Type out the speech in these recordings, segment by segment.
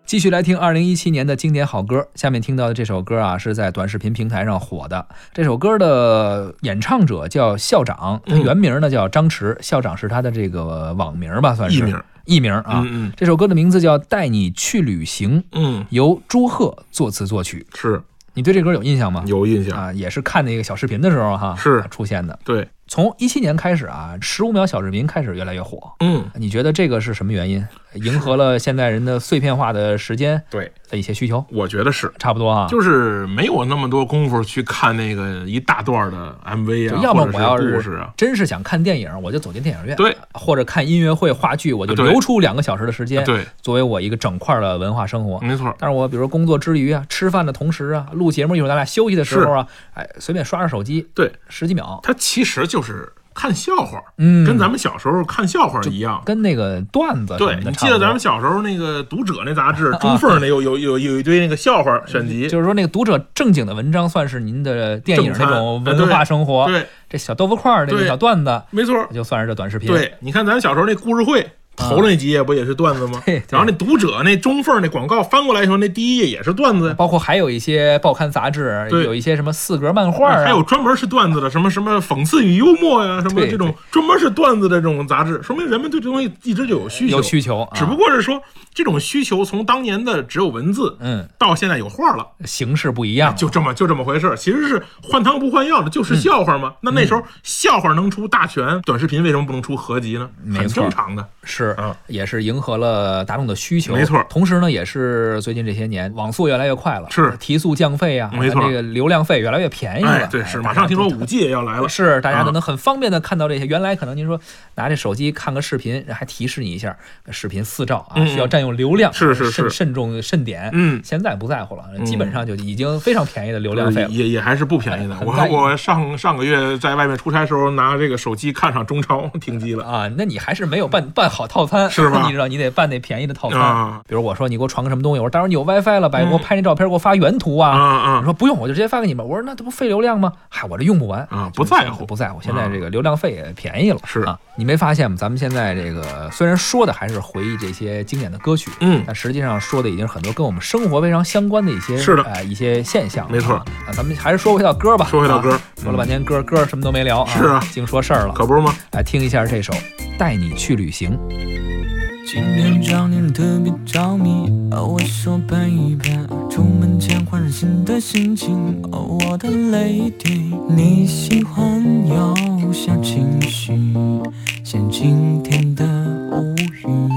继续来听2017年的经典好歌，下面听到的这首歌啊，是在短视频平台上火的。这首歌的演唱者叫校长，他原名呢叫张弛，校长是他的这个网名吧，算是艺名啊。这首歌的名字叫《带你去旅行》，由朱赫作词作曲。 是。 你对这歌有印象吗？ 有印象啊，也是看那个小视频的时候哈， 是出现的。 对， 从17年开始啊，15秒小视频开始越来越火。你觉得这个是什么原因？迎合了现代人的碎片化的时间对的一些需求？ 我觉得是差不多啊， 就是没有那么多功夫去看那个一大段的 MV 啊， 要么我要是真是想看电影，我就走进电影院， 对， 或者看音乐会、话剧，我就留出2个小时的时间， 对， 作为我一个整块的文化生活， 没错。 但是我比如工作之余啊，吃饭的同时啊，录节目一会儿咱俩休息的时候啊，哎，随便刷着手机， 对 ，10几秒， 它其实就是看笑话，跟咱们小时候看笑话一样， 跟那个段子。 对，你记得咱们小时候那个《读者》那杂志，中缝那有一堆那个笑话选集， 就是说那个《读者》正经的文章算是您的电影那种文化生活， 对， 这小豆腐块那个小段子， 没错， 就算是这短视频。 对，你看咱小时候那故事会。头那几页不也是段子吗？然后那读者那中缝那广告翻过来的时候，那第一页也是段子， 包括还有一些报刊杂志，有一些什么4格漫画， 还有专门是段子的，什么讽刺与幽默呀，什么这种专门是段子的这种杂志，说明人们对这东西一直就有需求，只不过是说这种需求从当年的只有文字，到现在有画了， 形式不一样， 就这么回事。其实是换汤不换药的，就是笑话嘛。那时候笑话能出大全，短视频为什么不能出合集呢？很正常的。 是，也是迎合了大众的需求， 没错。 同时呢，也是最近这些年网速越来越快了， 是提速降费啊， 没错， 这个流量费越来越便宜了。 对，是马上听说5G 也要来了， 是大家都能很方便的看到这些。原来可能您说拿这手机看个视频，还提示你一下，视频4兆啊，需要占用流量， 是慎重慎点。现在不在乎了，基本上就已经非常便宜的流量费了， 也还是不便宜的。我上个月在外面出差时候拿这个手机看上中超停机了啊，那你还是没有办好套餐， 是吧？ 你知道你得办那便宜的套餐，比如我说你给我传个什么东西，我说当然你有 WiFi 了，给我拍那照片，给我发原图啊。你说不用，我就直接发给你们。我说那这不费流量吗？嗨，我这用不完啊，不在乎。 现在这个流量费也便宜了， 是啊。你没发现吗？咱们现在这个虽然说的还是回忆这些经典的歌曲，但实际上说的已经是很多跟我们生活非常相关的一些一些现象。 没错。 咱们还是说回到歌吧。 说回到歌， 说了半天歌什么都没聊啊。 是啊， 净说事儿了， 可不是吗？ 来听一下这首《带你去旅行》。 今天找你特别着迷，我说搬一搬，出门前换上新的心情，我的泪滴，你喜欢有小情绪，像今天的无语，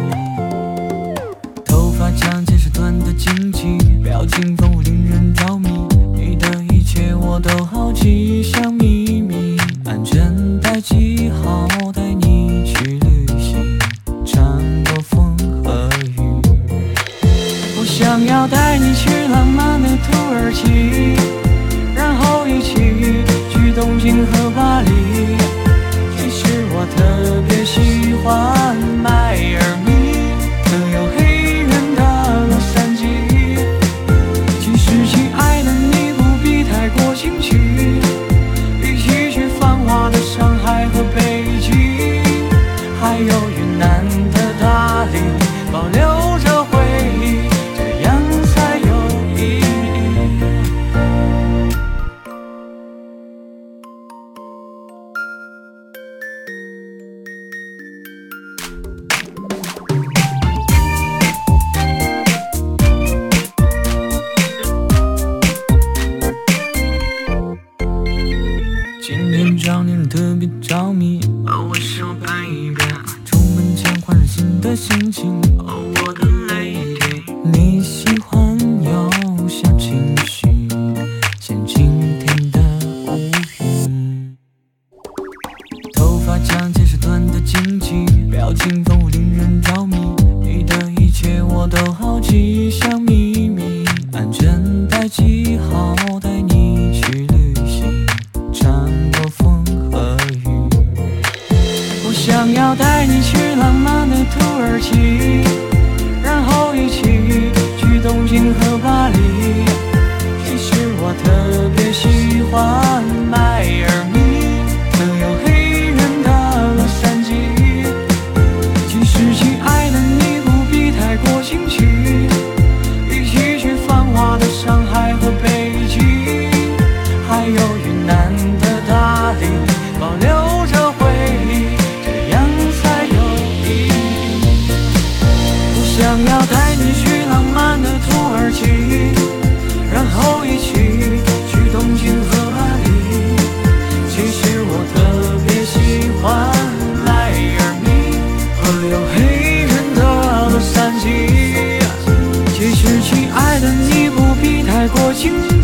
头发长见识短的惊奇，表情丰富令人着迷，你的一切我都好奇，像秘密，安全带系好，带你去旅行，穿过风和雨，我想要带你去浪漫的土耳其，然后一起去东京和巴黎。其实我特别喜欢迈阿密，更有黑人的洛杉矶。其实亲爱的你不必太过兴趣，一起去繁华的上海和北京，还有云南的大理，保留着回忆，这样才有意义。今天找你特别着迷，我说搬一搬，出门前换上新的心情，我的泪滴，你喜欢有小情绪，像今天的无语，头发长见识短的惊奇，表情丰富令人着迷，你的一切我都好奇，像秘密，安全带系好，带你去旅行，穿过风和雨，我想要带你去浪漫的土耳其，然后一起去东京和巴黎。其实我特别喜欢迈阿密，更有黑人的洛杉矶。其实亲爱的你不必太过兴趣， 想要带你去浪漫的土耳其，然后一起去东京和巴黎。其实我特别喜欢迈阿密和有黑人的洛杉矶。其实亲爱的，你不必太过惊讶。